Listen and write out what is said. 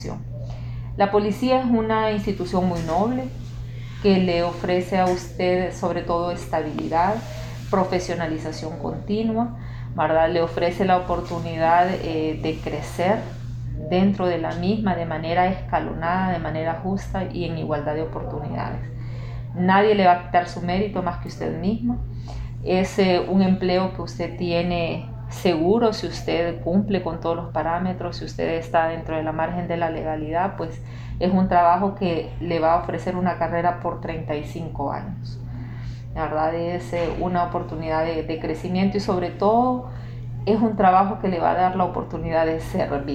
La policía es una institución muy noble que le ofrece a usted sobre todo estabilidad, profesionalización continua, ¿verdad? Le ofrece la oportunidad de crecer dentro de la misma de manera escalonada, de manera justa y en igualdad de oportunidades. Nadie le va a quitar su mérito más que usted mismo. Es un empleo que usted tiene seguro si usted cumple con todos los parámetros, si usted está dentro de la margen de la legalidad, pues es un trabajo que le va a ofrecer una carrera por 35 años. La verdad es una oportunidad de crecimiento y sobre todo es un trabajo que le va a dar la oportunidad de servir.